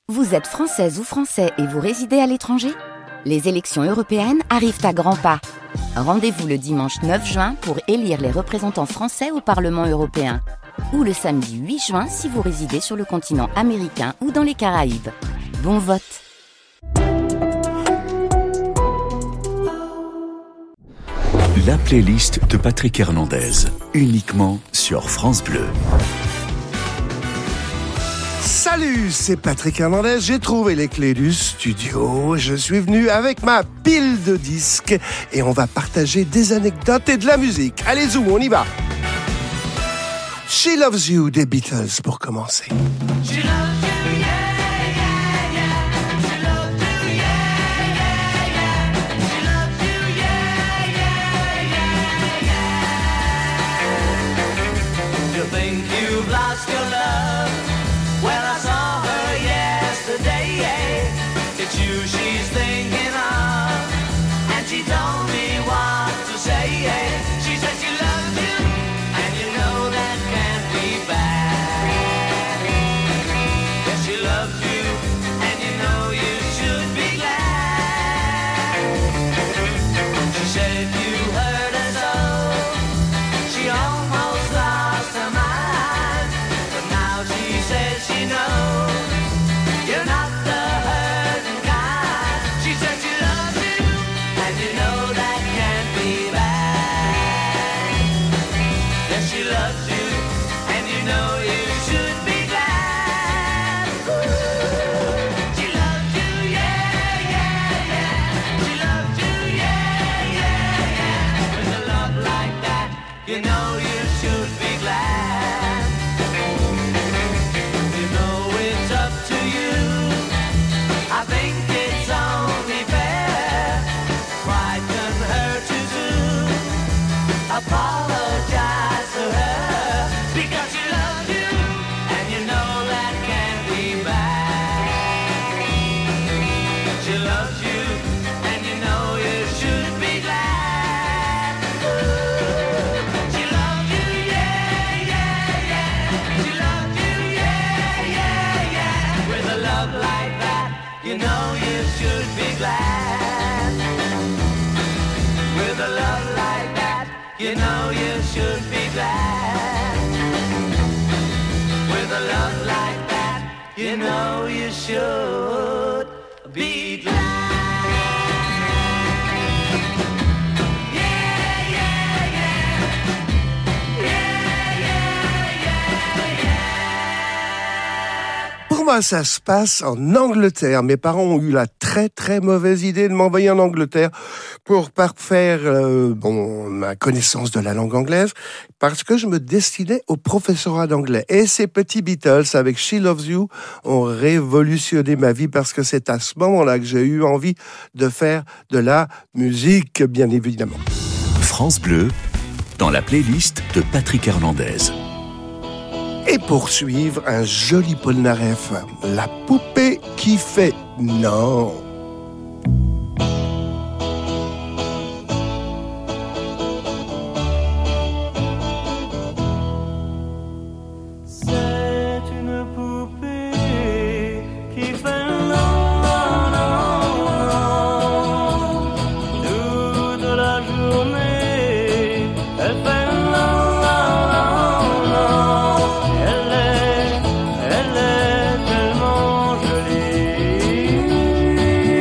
Vous êtes française ou français et vous résidez à l'étranger ? Les élections européennes arrivent à grands pas. Rendez-vous le dimanche 9 juin pour élire les représentants français au Parlement européen. Ou le samedi 8 juin si vous résidez sur le continent américain ou dans les Caraïbes. Bon vote! La playlist de Patrick Hernandez, uniquement sur France Bleu. Salut, c'est Patrick Hernandez, j'ai trouvé les clés du studio, je suis venu avec ma pile de disques et on va partager des anecdotes et de la musique. Allez zoom, on y va. She Loves You des Beatles pour commencer. She loves you, yeah, yeah, yeah. She loves you, yeah, yeah, yeah. She loves you, yeah, yeah, yeah, yeah. You think you've lost your love? Well, I saw her yesterday. It's you she's thinking of, and she told me what to say. She said she loves you, and you know that can't be bad. Yes, she loves you, and you know you should be glad. She said you hurt her so, she almost lost her mind. But now she says she knows you're not the hurting kind. She said she loves you, and you know that can't be bad. Yes, she loves you, and you know you should be glad. She loves you, yeah, yeah, yeah. She loves you, yeah, yeah, yeah. With a love like that, you know you should be glad. You know it's up to you. I think it's only fair. Pride can hurt you too. Apologize to her because she loves you, and you know that can't be bad. She loves you, and you know you should be glad. She loves you, yeah, yeah, yeah. She loves you, yeah, yeah, yeah. With a love like that, you know you should be glad. With a love like that, you know you should be glad. With a love like that, you know you should be glad. Yeah, yeah, yeah. Yeah, yeah, yeah, yeah. Pour moi, ça se passe en Angleterre. Mes parents ont eu la très mauvaise idée de m'envoyer en Angleterre pour parfaire ma connaissance de la langue anglaise, parce que je me destinais au professorat d'anglais. Et ces petits Beatles avec She Loves You ont révolutionné ma vie, parce que c'est à ce moment-là que j'ai eu envie de faire de la musique, bien évidemment. France Bleu, dans la playlist de Patrick Hernandez. Et poursuivre un joli Polnareff, La poupée qui fait non. C'est une poupée qui fait non, non, non, non. Toute la journée, elle fait non, non, non. Elle est tellement jolie.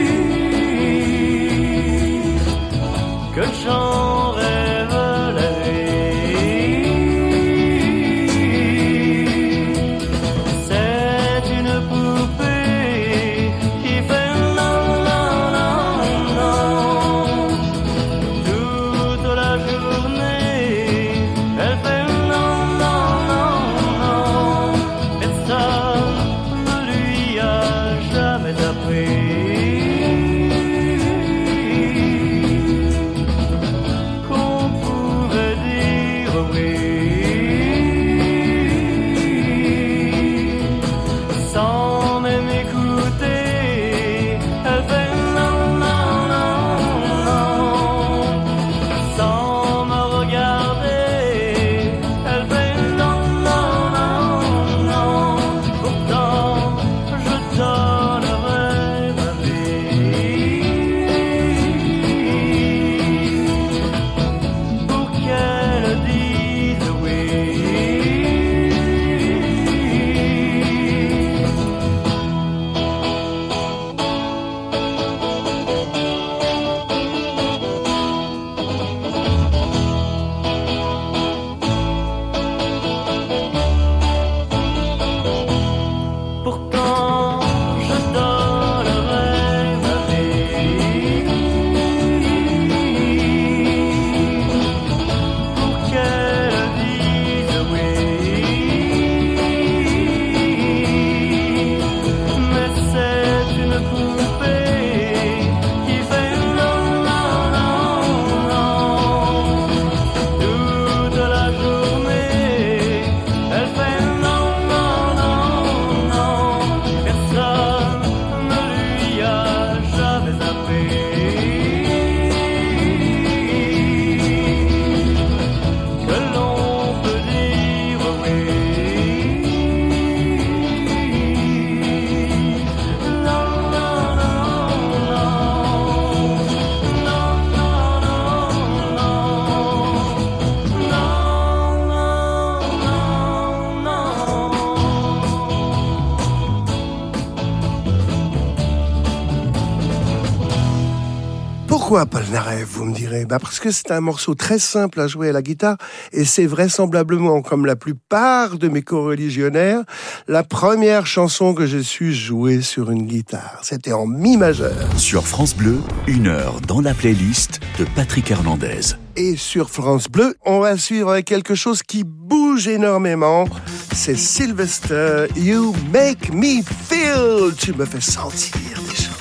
Pourquoi Polnareff, vous me direz? Parce que c'est un morceau très simple à jouer à la guitare et c'est vraisemblablement, comme la plupart de mes coreligionnaires, la première chanson que j'ai su jouer sur une guitare. C'était en mi majeur. Sur France Bleu, 1 heure dans la playlist de Patrick Hernandez. Et sur France Bleu, on va suivre avec quelque chose qui bouge énormément. C'est Sylvester, You Make Me Feel. Tu me fais sentir des choses.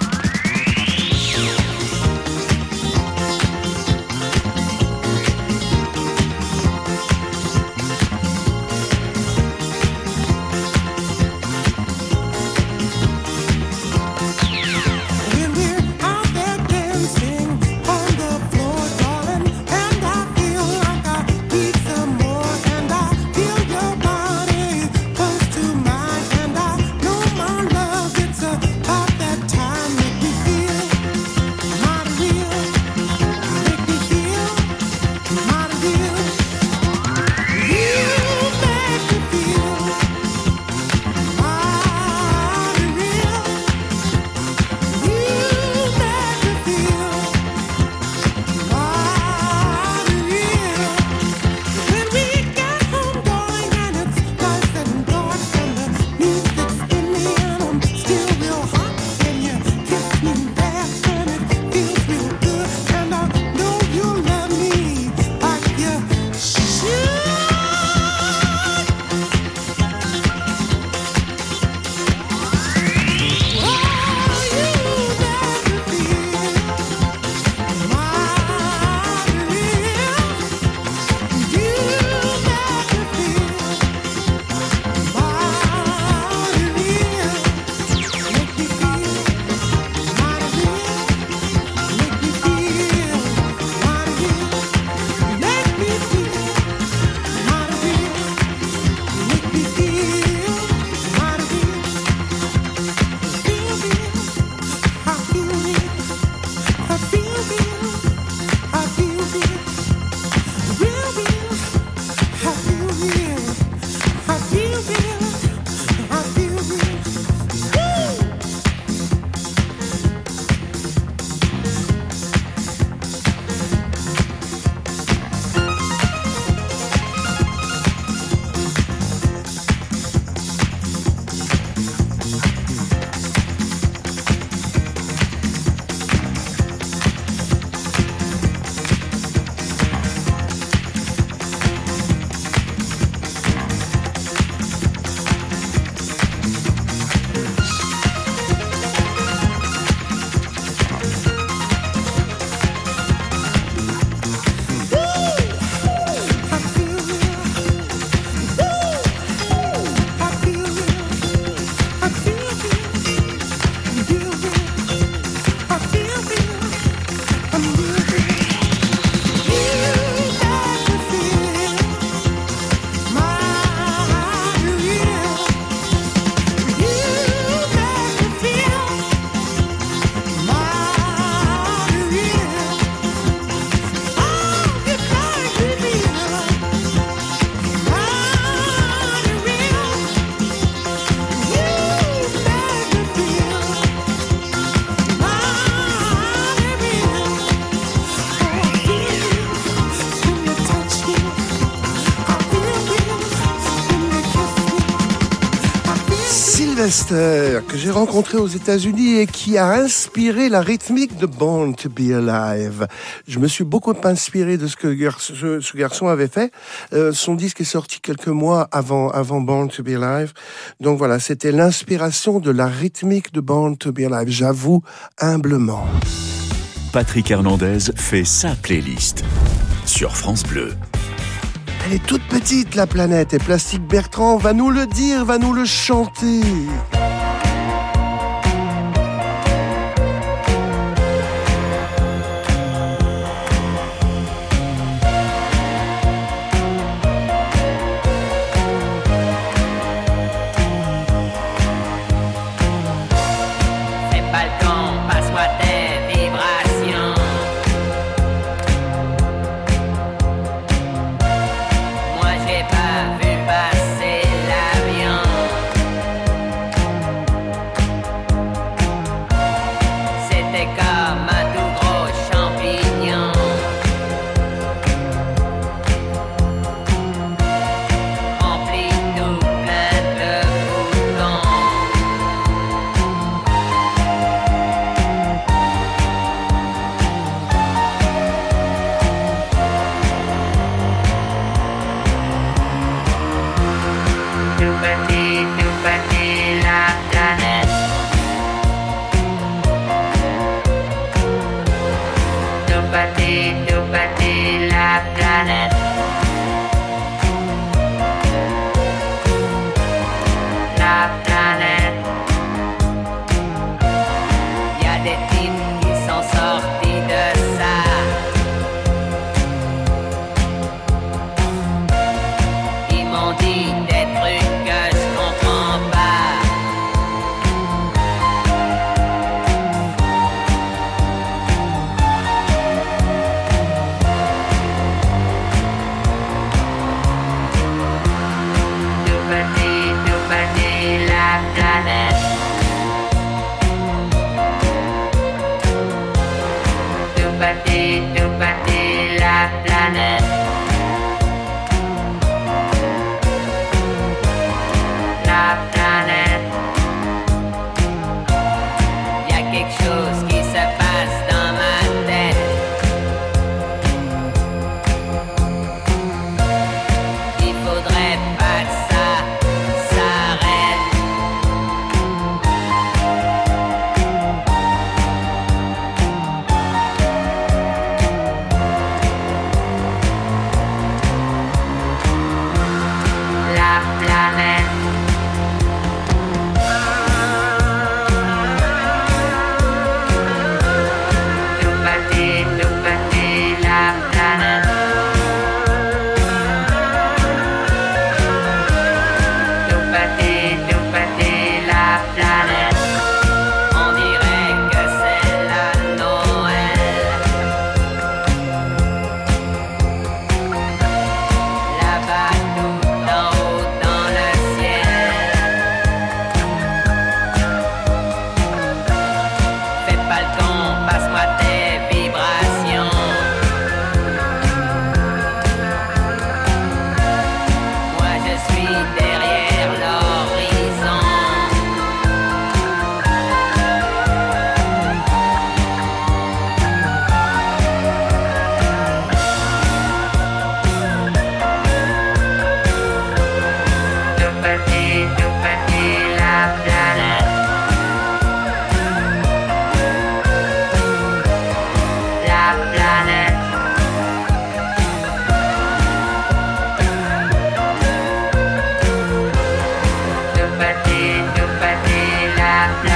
Sylvester, que j'ai rencontré aux États-Unis et qui a inspiré la rythmique de Born to Be Alive. Je me suis beaucoup inspiré de ce que ce garçon avait fait. Son disque est sorti quelques mois avant Born to Be Alive. Donc voilà, c'était l'inspiration de la rythmique de Born to Be Alive. J'avoue humblement. Patrick Hernandez fait sa playlist sur France Bleu. Elle est toute petite, la planète, et Plastique Bertrand va nous le dire, va nous le chanter. C'est pas le temps, passe-moi tes vibrations. Moi j'ai pas vu passer l'avion.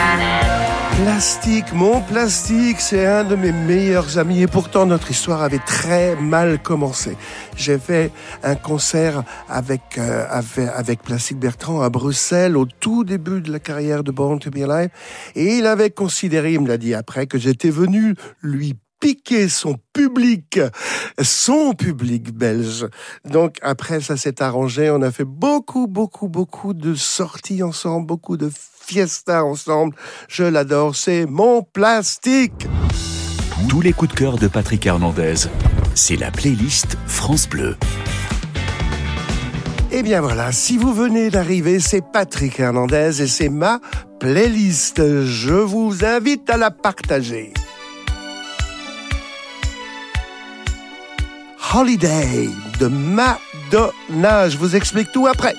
Plastique, mon plastique, c'est un de mes meilleurs amis et pourtant notre histoire avait très mal commencé. J'ai fait un concert avec Plastique Bertrand à Bruxelles au tout début de la carrière de Born to Be Alive et il avait considéré, il me l'a dit après, que j'étais venu lui piquer son public belge. Donc après ça s'est arrangé, on a fait beaucoup de sorties ensemble, beaucoup de fiestas ensemble. Je l'adore, c'est mon plastique. Tous les coups de cœur de Patrick Hernandez, c'est la playlist France Bleu. Eh bien voilà, si vous venez d'arriver, c'est Patrick Hernandez et c'est ma playlist. Je vous invite à la partager. Holiday de Madonna. Je vous explique tout après.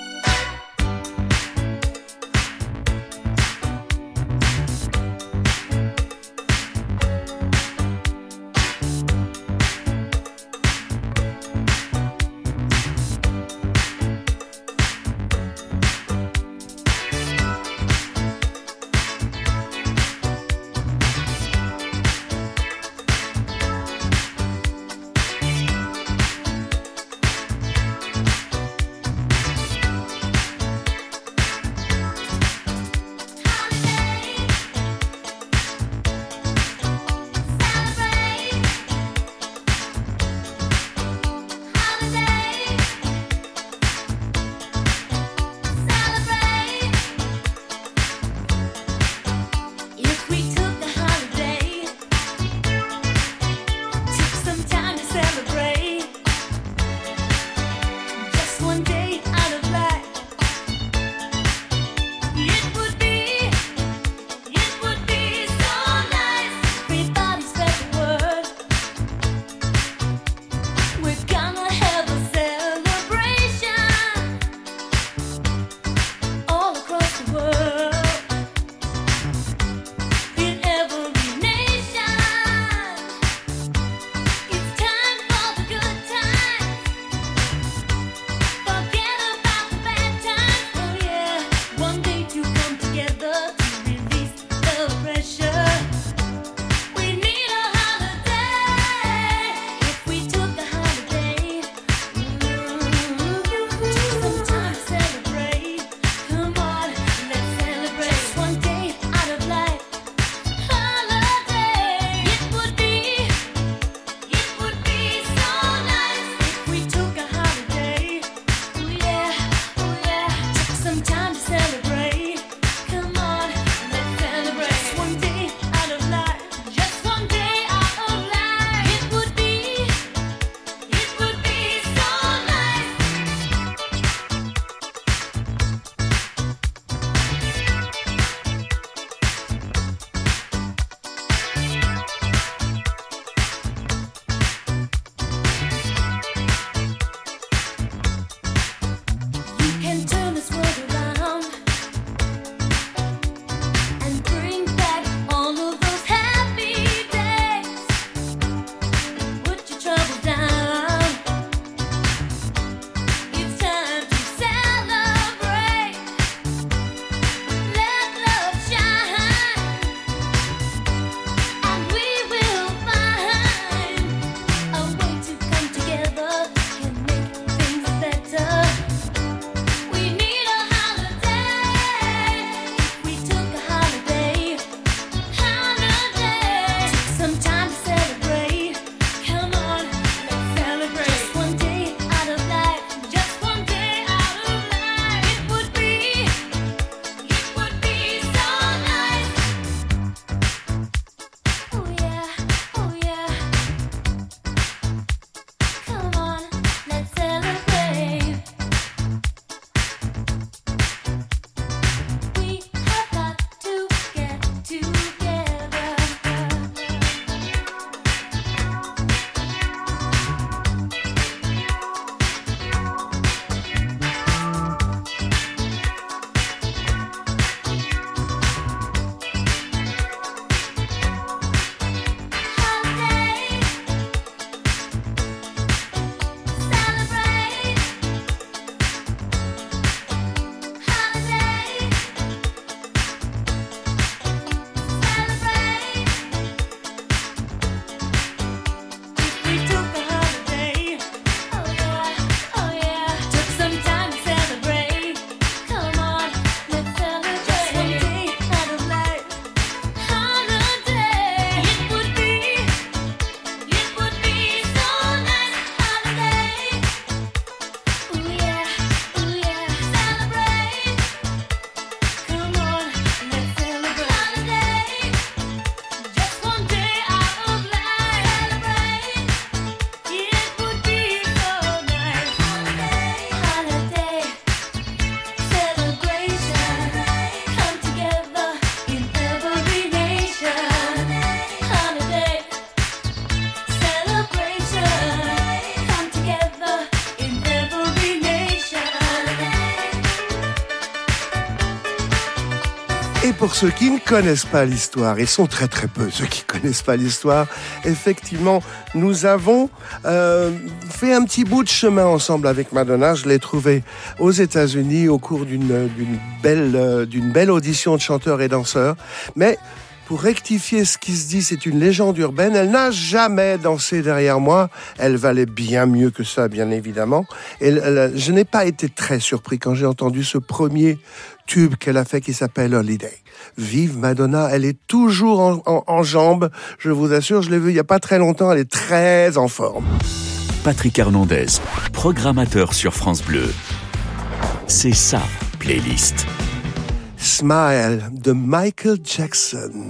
pour ceux qui ne connaissent pas l'histoire, ils sont très très peu ceux qui ne connaissent pas l'histoire, effectivement, nous avons fait un petit bout de chemin ensemble avec Madonna. Je l'ai trouvée aux États-Unis au cours d'une belle audition de chanteurs et danseurs. Mais pour rectifier ce qui se dit, c'est une légende urbaine. Elle n'a jamais dansé derrière moi. Elle valait bien mieux que ça, bien évidemment. Et je n'ai pas été très surpris quand j'ai entendu ce premier tube qu'elle a fait qui s'appelle Holiday. Vive Madonna, elle est toujours en jambes. Je vous assure, je l'ai vue il n'y a pas très longtemps. Elle est très en forme. Patrick Hernandez, programmateur sur France Bleu. C'est sa playlist. Smile de Michael Jackson.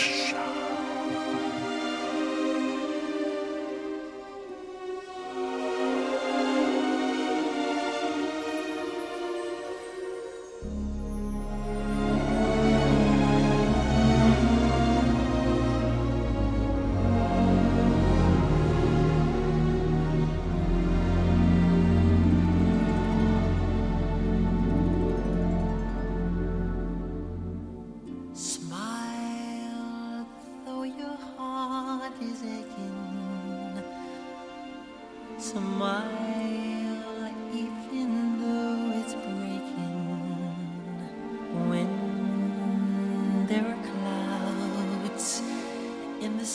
Smile even though it's breaking. When there are clouds in the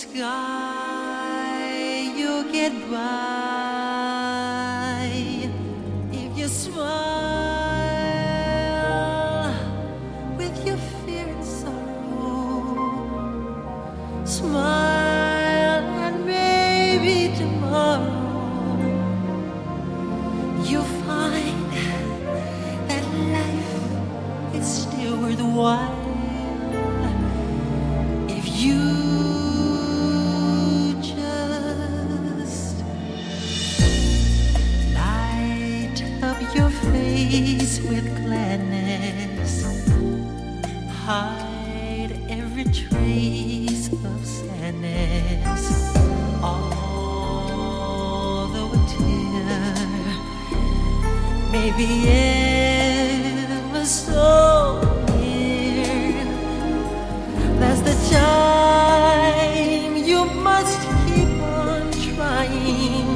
sky, you'll get by if you smile with your fear and sorrow. Smile and maybe tomorrow you'll find that life is still worthwhile if you just light up your face with gladness, hide every trace of sadness, although a tear maybe ever so near. That's the time you must keep on trying.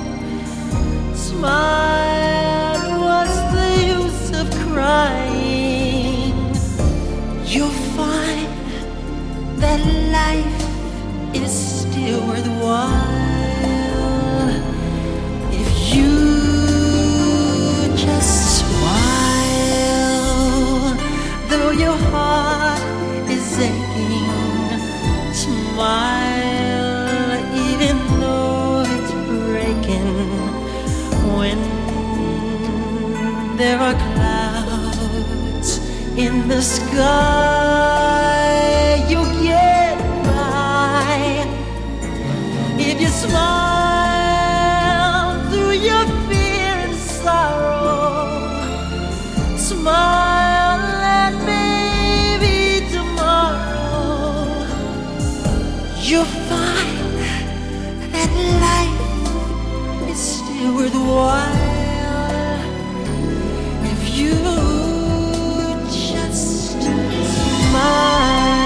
Smile, what's the use of crying? You'll find that life is still worthwhile if you just smile, though your heart is aching. Smile, even though it's breaking. When there are clouds in the sky, you'll get by if you smile through your sorrow. Smile and maybe tomorrow you'll find that life is still worthwhile if you just smile.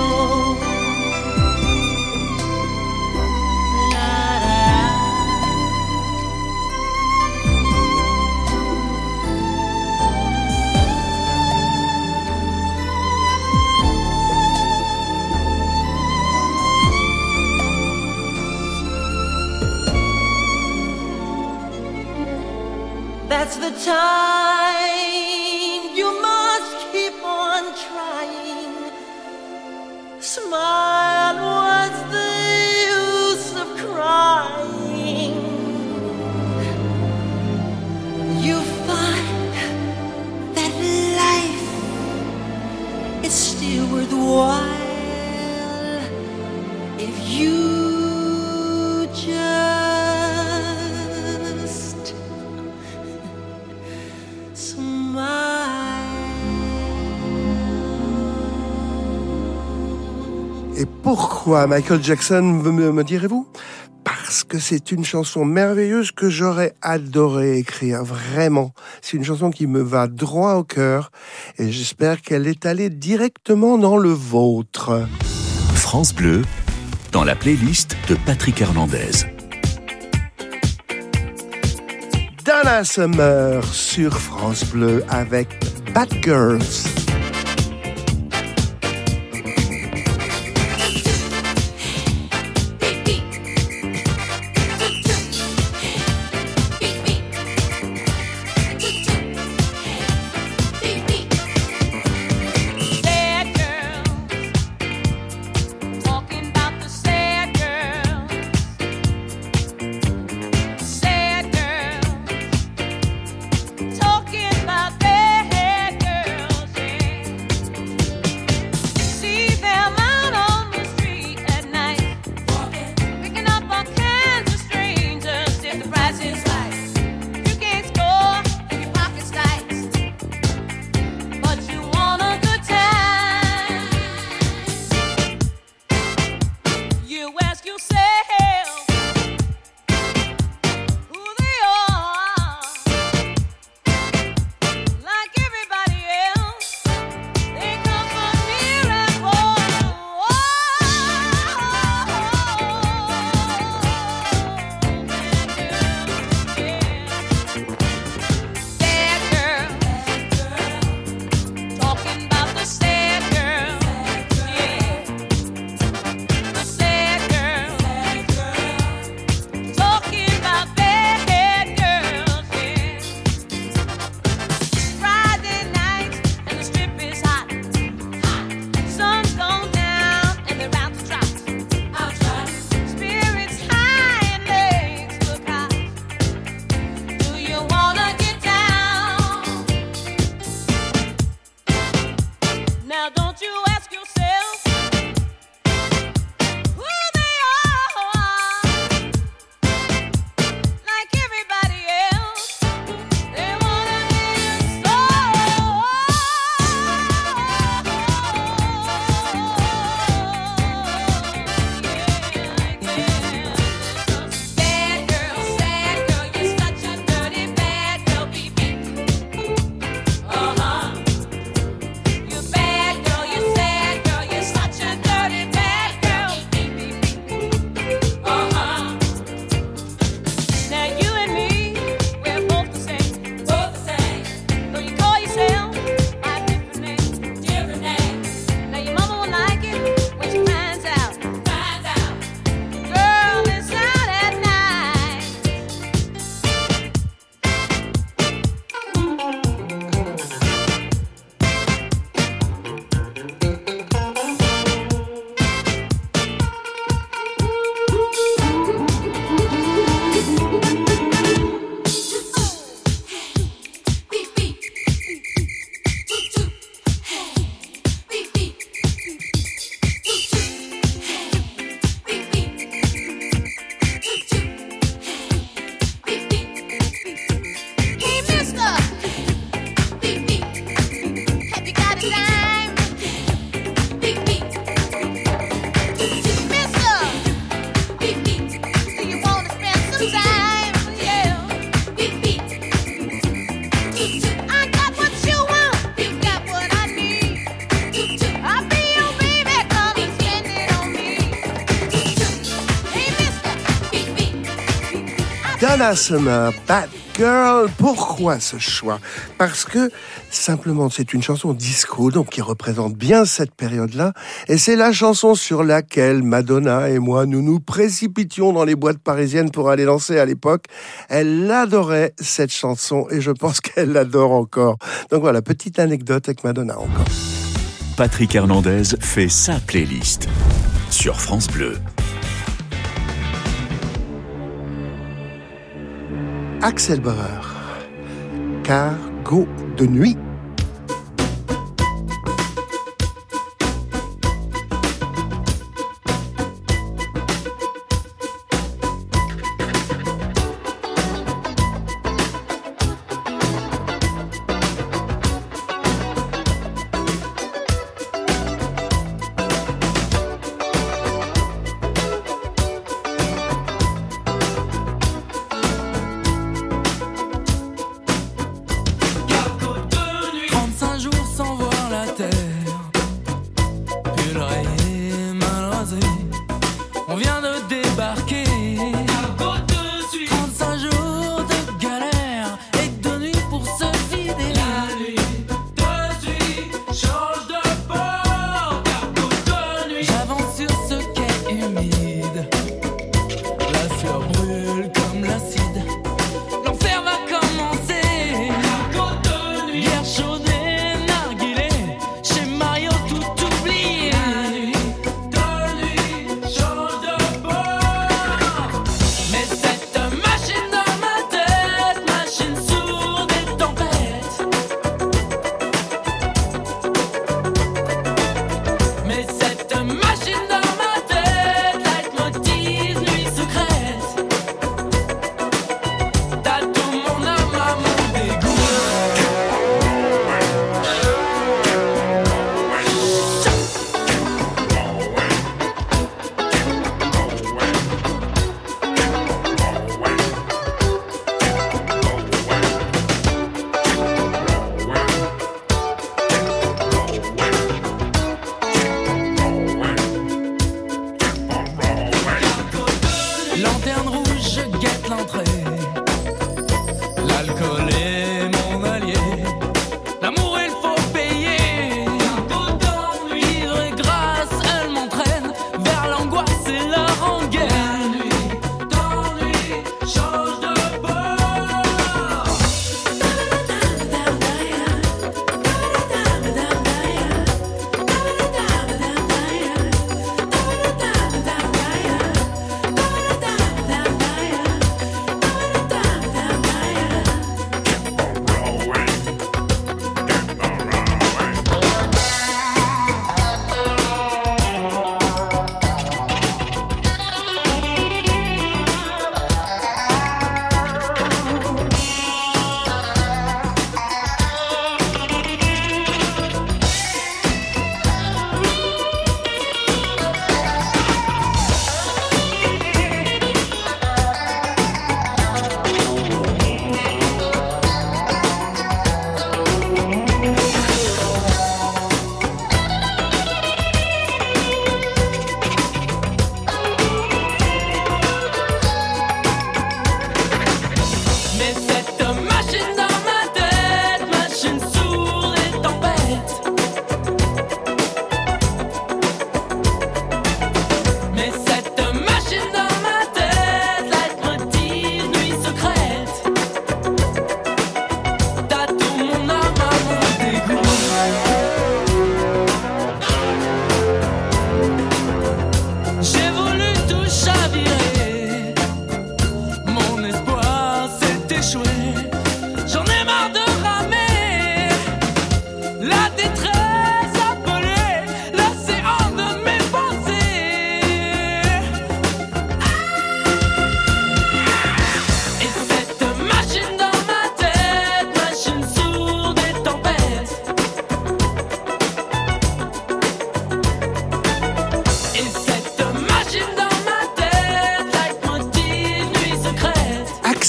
That's the time you must keep on trying. Smile, what's the use of crying? You find that life is still worthwhile if you just Et pourquoi Michael Jackson, me direz-vous ? Parce parce que c'est une chanson merveilleuse que j'aurais adoré écrire, vraiment. C'est une chanson qui me va droit au cœur et j'espère qu'elle est allée directement dans le vôtre. France Bleu, dans la playlist de Patrick Hernandez. Donna Summer sur France Bleu avec Bad Girls. Donna Summer, Bad Girl. Pourquoi ce choix? Parce que simplement c'est une chanson disco, donc qui représente bien cette période-là, et c'est la chanson sur laquelle Madonna et moi nous nous précipitions dans les boîtes parisiennes pour aller danser à l'époque. Elle adorait cette chanson et je pense qu'elle l'adore encore. Donc voilà, petite anecdote avec Madonna encore. Patrick Hernandez fait sa playlist sur France Bleu. Axel Bauer, Cargo de nuit.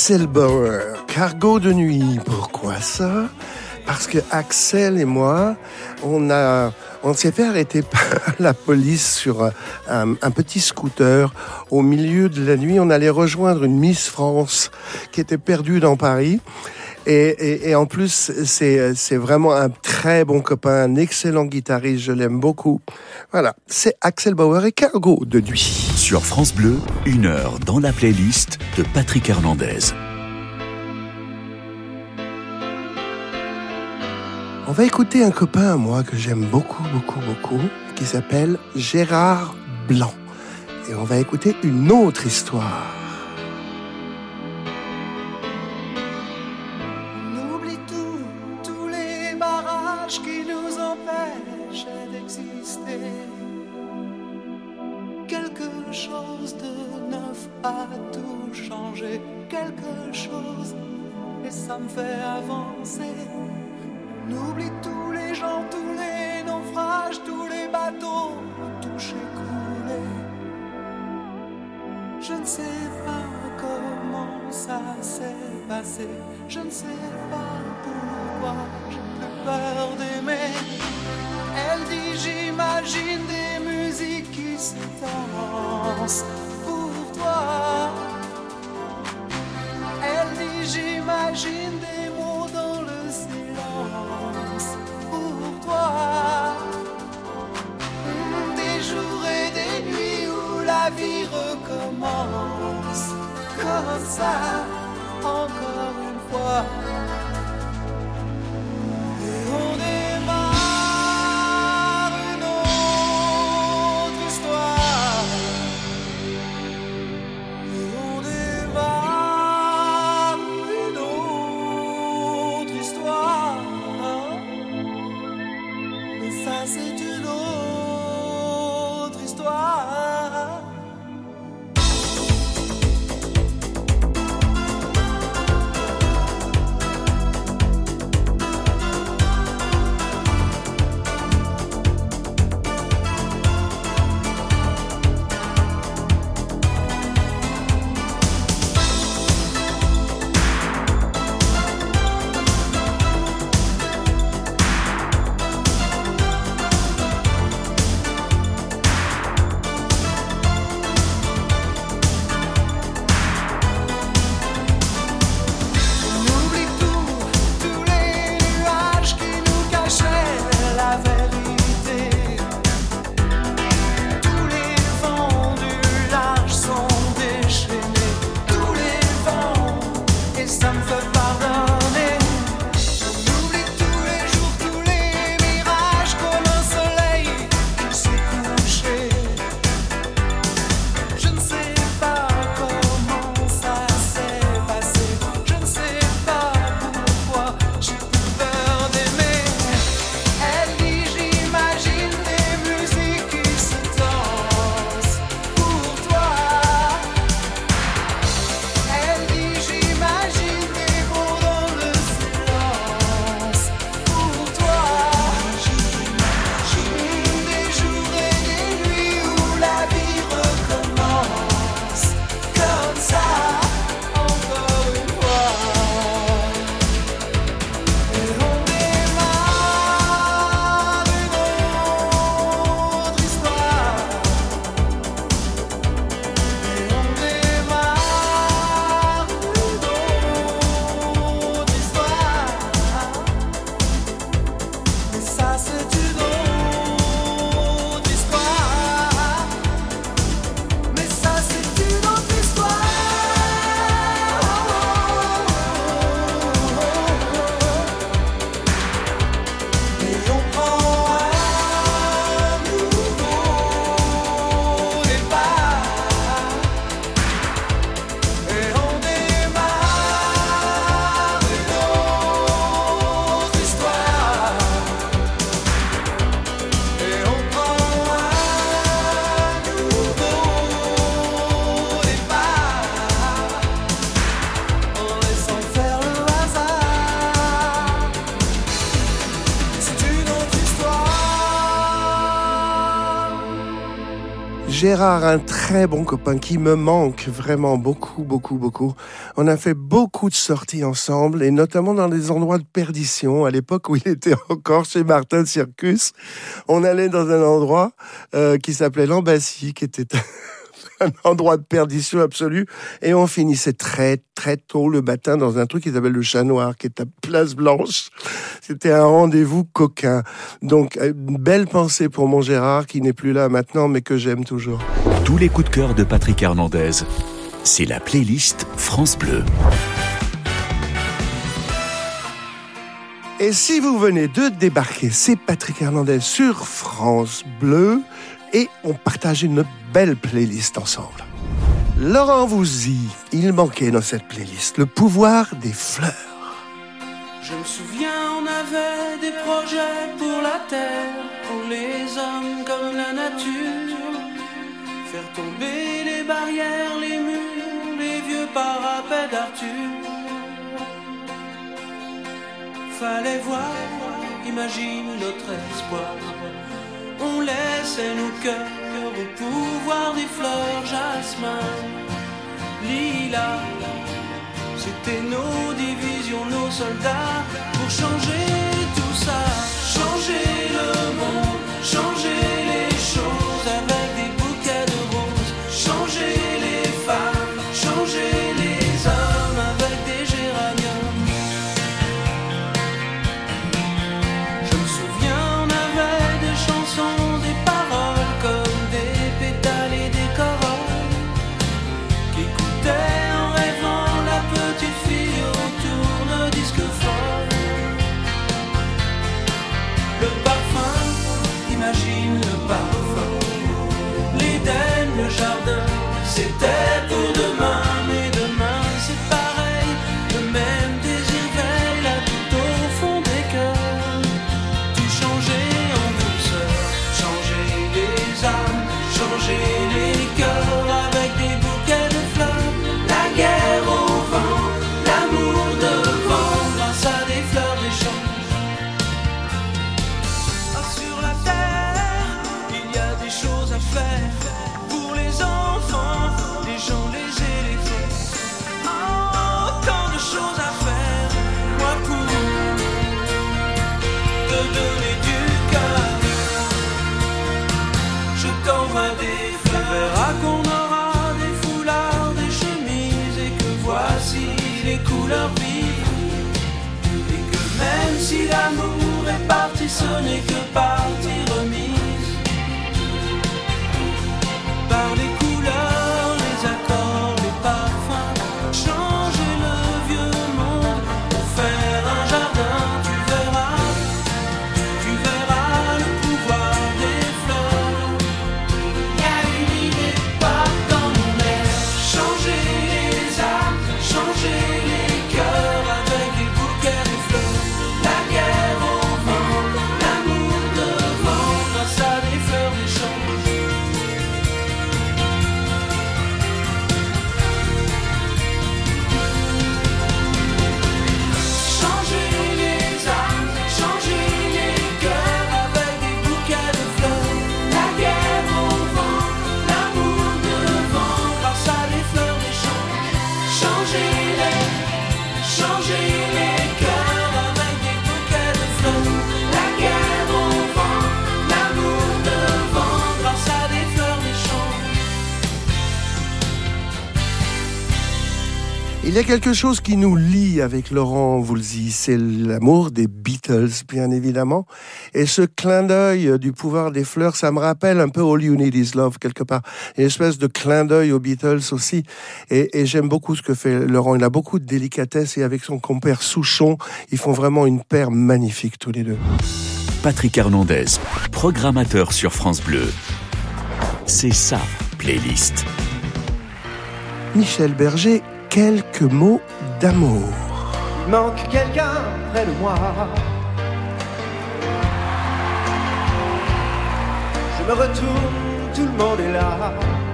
Axel Bauer, Cargo de nuit. Pourquoi ça? Parce que Axel et moi, on s'est fait arrêter par la police sur un petit scooter. Au milieu de la nuit, on allait rejoindre une Miss France qui était perdue dans Paris. Et en plus, c'est vraiment un très bon copain, un excellent guitariste, je l'aime beaucoup. Voilà, c'est Axel Bauer et Cargo de nuit. Sur France Bleu, 1 heure dans la playlist de Patrick Hernandez. On va écouter un copain à moi que j'aime beaucoup, qui s'appelle Gérard Blanc. Et on va écouter une autre histoire. On oublie tous les barrages qui nous empêchent d'exister. Quelque chose de neuf a tout changé. Quelque chose, et ça me fait avancer. On oublie tous les gens, tous les naufrages, tous les bateaux touchés, coulés. Je ne sais pas comment ça s'est passé. Je ne sais pas pourquoi j'ai plus peur d'aimer. Elle dit j'imagine des musiques qui se dansent pour toi. Elle dit j'imagine des mots dans le silence pour toi. Des jours et des nuits où la vie recommence comme ça, encore une fois. Et on démarre une autre histoire. Et on démarre une autre histoire. Mais ça c'est une autre histoire. Gérard, un très bon copain qui me manque vraiment beaucoup. On a fait beaucoup de sorties ensemble et notamment dans des endroits de perdition. À l'époque où il était encore chez Martin Circus, on allait dans un endroit qui s'appelait l'Embassy, qui était un endroit de perdition absolue, et on finissait très tôt le matin dans un truc qui s'appelle le Chat Noir, qui est à Place Blanche. C'était un rendez-vous coquin. Donc, une belle pensée pour mon Gérard, qui n'est plus là maintenant, mais que j'aime toujours. Tous les coups de cœur de Patrick Hernandez, c'est la playlist France Bleu. Et si vous venez de débarquer, c'est Patrick Hernandez sur France Bleu, et on partage une belle playlist ensemble. Laurent Voulzy, il manquait dans cette playlist le pouvoir des fleurs. Je me souviens, on avait des projets pour la terre, pour les hommes comme la nature. Faire tomber les barrières, les murs, les vieux parapets d'Arthur. Fallait voir, imagine notre espoir. On laissait nos cœurs au pouvoir des fleurs, jasmin, lilas. C'était nos divisions, nos soldats, pour changer tout ça. Changer le monde, changer les choses avec des bouquets de roses. Changer les femmes, changer les hommes avec des géraniums. Je me souviens, on avait des chansons, des paroles comme des pétales et des corolles qui écoutaient en rêvant la petite fille au tourne-disque folle. Le parfum, imagine le parfum. L'Éden, le jardin, c'était pour demain. Mais demain c'est pareil, le même désir veille là tout au fond des cœurs. Tout changer en douceur, changer les âmes, changer les cœurs avec des bouquets de fleurs. La guerre au vent, l'amour devant, grâce à des fleurs d'échange. Ah, sur la terre, il y a des choses à faire pour les enfants, les gens, les éléphants. Ah, tant de choses à faire, moi pour te donner du cœur. Je t'envoie des fleurs. Tu verras qu'on aura des foulards, des chemises, et que voici les couleurs vives. Et que même si l'amour est parti, ce n'est que partie remise. Par les couleurs, les accords, les parfums, changer le vieux monde pour faire un jardin. Tu verras le pouvoir des fleurs. Y a une idée pas dans mon air. Changer les âmes, changer les cœurs avec des bouquets de fleurs. La guerre au vent, l'amour devant, grâce à des fleurs d'échange. Changer les âmes, changer les cœurs avec des bouquets de fleurs. La guerre au vent, l'amour devant, grâce à des fleurs d'échange. Changer les cœurs avec des bouquets de fleurs. La guerre au vent, l'amour devant, grâce à des fleurs d'échange. Il y a quelque chose qui nous lie avec Laurent Voulzy, c'est l'amour des Beatles, bien évidemment. Et ce clin d'œil du pouvoir des fleurs, ça me rappelle un peu All You Need Is Love, quelque part. Une espèce de clin d'œil aux Beatles aussi. Et j'aime beaucoup ce que fait Laurent. Il a beaucoup de délicatesse, et avec son compère Souchon, ils font vraiment une paire magnifique, tous les deux. Patrick Hernandez, programmateur sur France Bleu. C'est sa playlist. Michel Berger, quelques mots d'amour. Il manque quelqu'un près de moi. Je me retourne, tout le monde est là.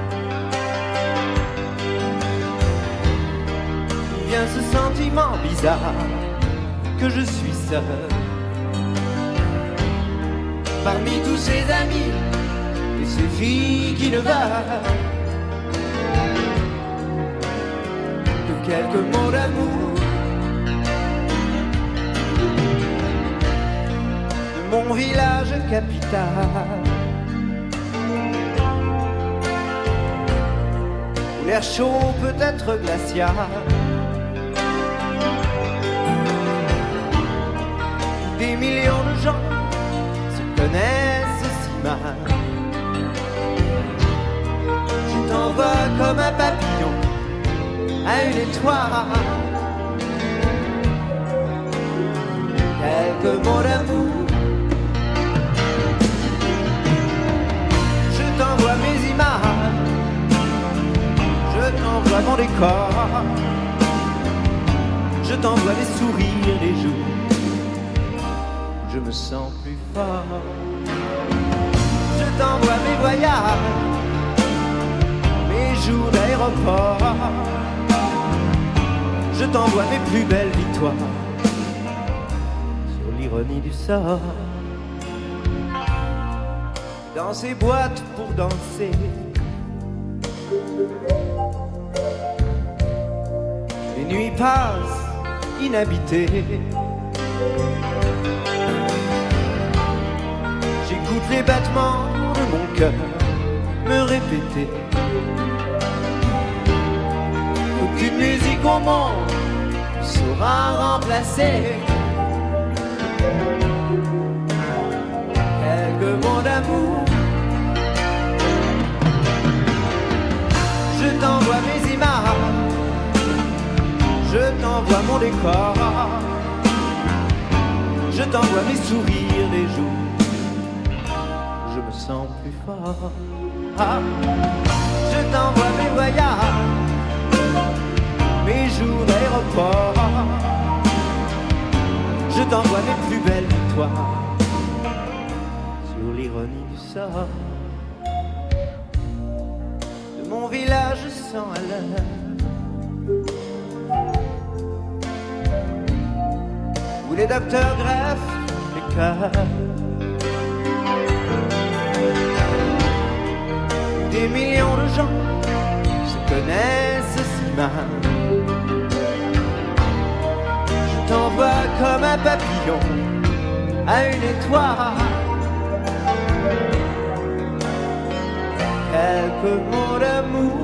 Vient ce sentiment bizarre que je suis seul. Parmi tous ces amis, les ces filles qui ne veulent que quelques mots d'amour. De mon village capital, où l'air chaud peut être glacial, des millions de gens se connaissent si mal. Je t'envoie comme un papillon à une étoile, quelques mots d'amour. Je t'envoie mes images, je t'envoie mon décor, je t'envoie les sourires des jours. Je me sens plus fort. Je t'envoie mes voyages, mes jours d'aéroport. Je t'envoie mes plus belles victoires sur l'ironie du sort. Dans ces boîtes pour danser, les nuits passent inhabitées. J'écoute les battements de mon cœur me répéter. Aucune musique au monde saura remplacer quelques mots d'amour. Je t'envoie mes images, je t'envoie mon décor, je t'envoie mes sourires des jours. Je me sens plus fort. Ah, je t'envoie mes voyages, mes jours d'aéroport. Je t'envoie mes plus belles victoires sur l'ironie du sort. De mon village sans à l'heure, où les docteurs greffent les cœurs. Des millions de gens se connaissent si mal. Je t'envoie comme un papillon à une étoile, quelques mots d'amour.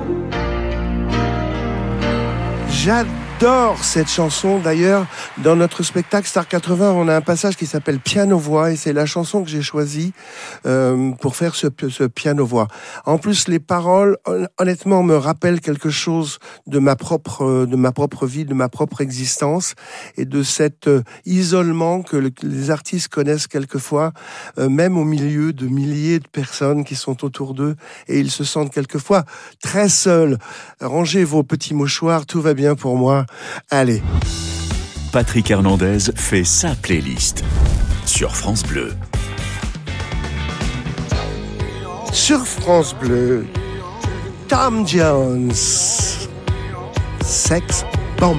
J'adore cette chanson. D'ailleurs, dans notre spectacle Star 80, on a un passage qui s'appelle Piano-voix et c'est la chanson que j'ai choisie pour faire ce piano-voix. En plus, les paroles, honnêtement, me rappellent quelque chose de ma propre vie, de ma propre existence et de cet isolement que les artistes connaissent quelquefois, même au milieu de milliers de personnes qui sont autour d'eux et ils se sentent quelquefois très seuls. Rangez vos petits mouchoirs, tout va bien pour moi. Allez. Patrick Hernandez fait sa playlist sur France Bleu. Sur France Bleu, Tom Jones, Sex Bomb.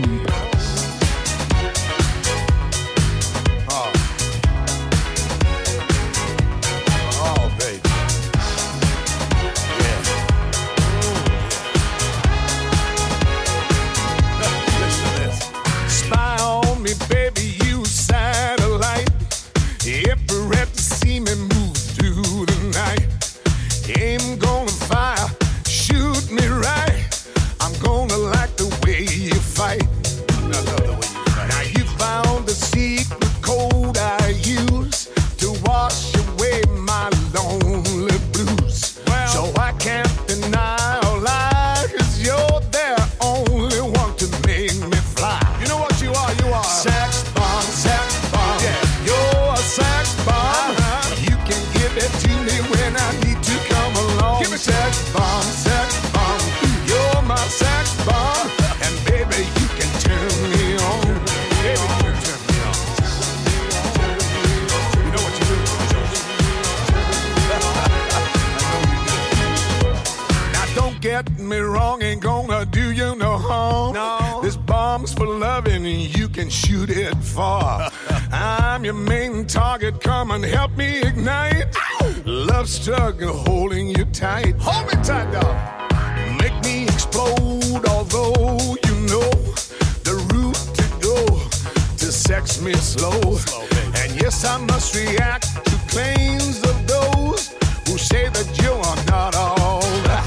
Fight. get me wrong, ain't gonna do you no harm. No. This bomb's for loving, and you can shoot it far. I'm your main target, come and help me ignite. Ow! Love struggle holding you tight. Hold me tight, dog. Make me explode, although you know the route to go to sex me slow. And yes, I must react to claims of those who say that you are not all.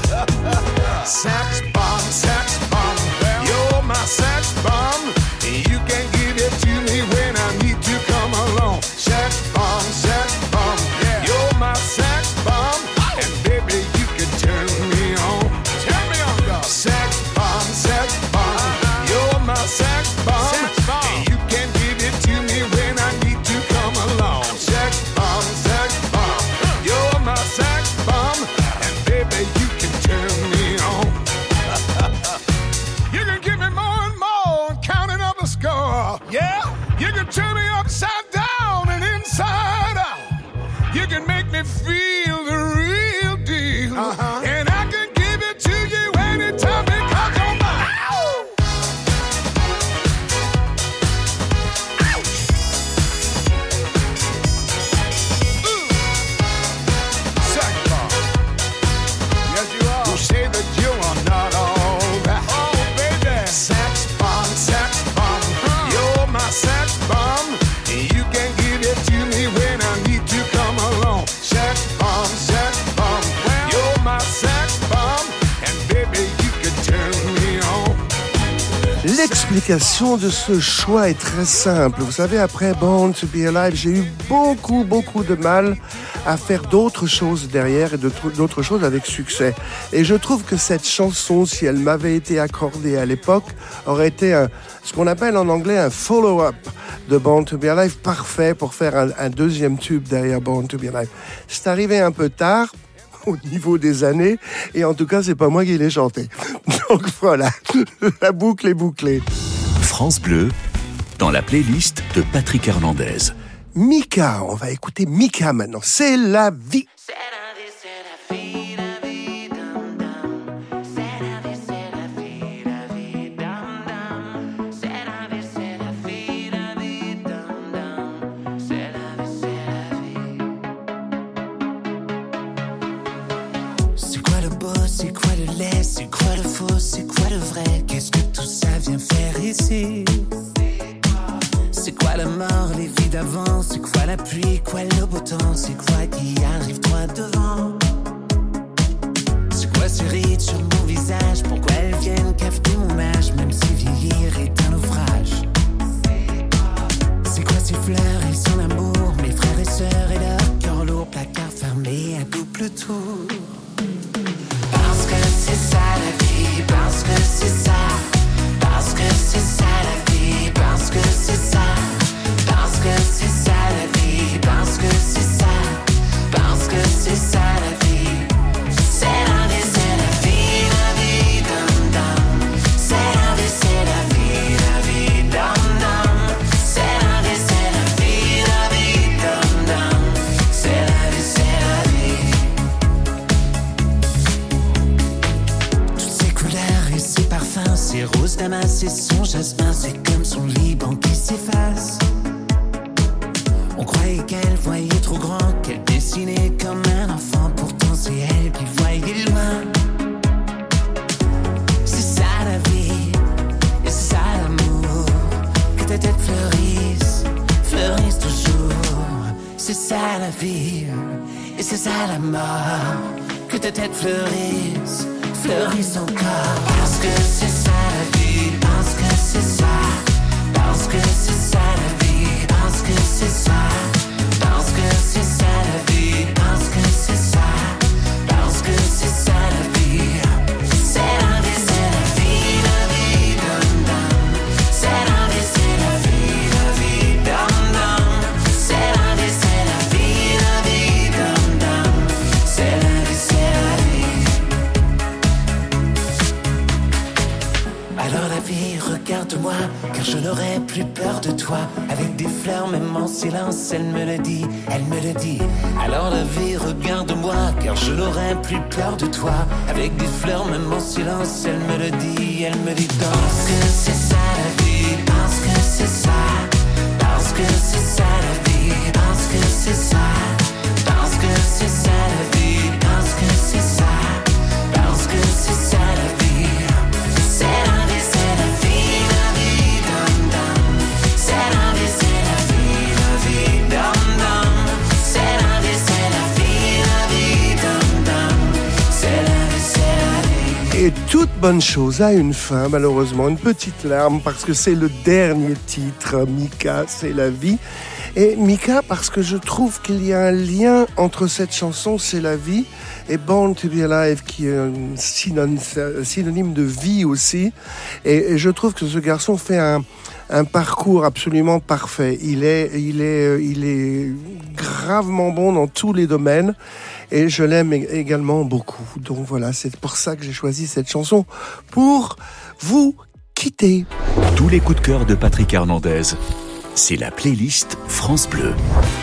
Sex bomb, you're my sex bomb. You can give it to me when I need to come along. Sex bomb, yeah. You're my sex bomb, and baby you can turn me on. Turn me on, dog. Sex bomb, you're my sex bomb. You can give it to me when I need to come along. Sex bomb, you're my sex bomb, and baby you can turn me on. You can give me more and more, counting up the score. Yeah, you can turn me upside down and inside out. You can make me feel the real deal, and I can give it to you anytime because you're mine. Sex bomb. Yes, you are. Who say that you are not all that? Oh, baby. Sex bomb. You're my sex bomb. You can give it to me when I need to come along. Sex bomb. You're my sex bomb. And baby, you can turn me on. L'explication de ce choix est très simple. Vous savez, après Born to Be Alive, j'ai eu beaucoup de mal à faire d'autres choses derrière et d'autres choses avec succès. Et je trouve que cette chanson, si elle m'avait été accordée à l'époque, aurait été ce qu'on appelle en anglais un follow-up de Born to Be Alive, parfait pour faire un deuxième tube derrière Born to Be Alive. C'est arrivé un peu tard au niveau des années, et en tout cas, c'est pas moi qui l'ai chanté. Donc voilà, la boucle est bouclée. France Bleu, dans la playlist de Patrick Hernandez. Mika, on va écouter Mika maintenant. C'est la vie. C'est quoi le beau, c'est quoi le laid, c'est quoi le faux, c'est quoi le vrai? Qu'est-ce que tout ça vient faire ici? C'est quoi la mort, les vies d'avant? C'est quoi la pluie, quoi le beau temps? C'est quoi qui arrive droit devant? C'est quoi ces rides sur mon visage? Pourquoi elles viennent cafeter mon âge? Même si vieillir est un naufrage. C'est quoi ces fleurs et son amour? Mes frères et sœurs et leur cœur lourd, placard fermé à double tour. Parce que c'est ça la vie, parce que c'est ça. Parce que c'est ça la vie, parce que c'est ça. Parce que c'est ça la vie, parce que c'est ça. Parce que c'est ça la vie. C'est la vie, dum dum. C'est la vie, dum dum. C'est la vie, dum dum. C'est la vie. Toutes ces couleurs et ces parfums, ces roses damas et son jasmin, c'est comme son Liban qui s'efface. On croyait qu'elle voyait trop grand, qu'elle dessinait comme un enfant. Pourtant c'est elle qui voyait loin. C'est ça la vie, et c'est ça l'amour. Que ta tête fleurisse toujours. C'est ça la vie, et c'est ça la mort. Que ta tête fleurisse encore. Parce que c'est ça la vie, parce que c'est ça. Parce que c'est ça la vie, parce que c'est ça. Parce que c'est ça la vie, parce que c'est ça. Parce que c'est ça la vie. C'est la vie, dum dum. C'est la vie, dum dum. C'est la vie, dum dum. C'est la vie. Alors la vie regarde-moi, car je n'aurai plus peur de toi. Avec des fleurs, même en silence, elle me le dit, elle me le dit. Alors la vie, regarde-moi, car je n'aurai plus peur de toi. Avec des fleurs, même en silence, elle me le dit, elle me dit. Parce que c'est ça la vie, parce que c'est ça. Parce que c'est ça la vie, parce que c'est ça. Parce que c'est ça la vie, parce que c'est ça. Parce que c'est ça la vie. C'est la vie, la vie, dum dum. C'est la vie, dum dum. C'est la vie, dum dum. C'est la vie. Et toute bonne chose a une fin, malheureusement, une petite larme, parce que c'est le dernier titre, Mika, c'est la vie. Et Mika, parce que je trouve qu'il y a un lien entre cette chanson, c'est la vie, et Born to be Alive, qui est un synonyme de vie aussi. Et je trouve que ce garçon fait un parcours absolument parfait. Il est gravement bon dans tous les domaines. Et je l'aime également beaucoup. Donc voilà, c'est pour ça que j'ai choisi cette chanson pour vous quitter. Tous les coups de cœur de Patrick Hernandez, c'est la playlist France Bleu.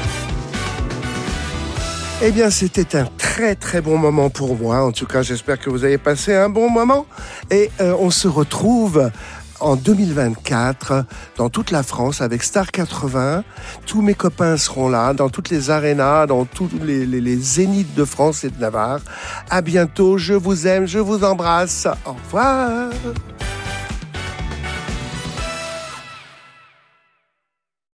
Eh bien, c'était un très très bon moment pour moi. En tout cas, j'espère que vous avez passé un bon moment. Et on se retrouve en 2024 dans toute la France avec Star 80. Tous mes copains seront là, dans toutes les arénas, dans tous les zéniths de France et de Navarre. À bientôt, je vous aime, je vous embrasse. Au revoir.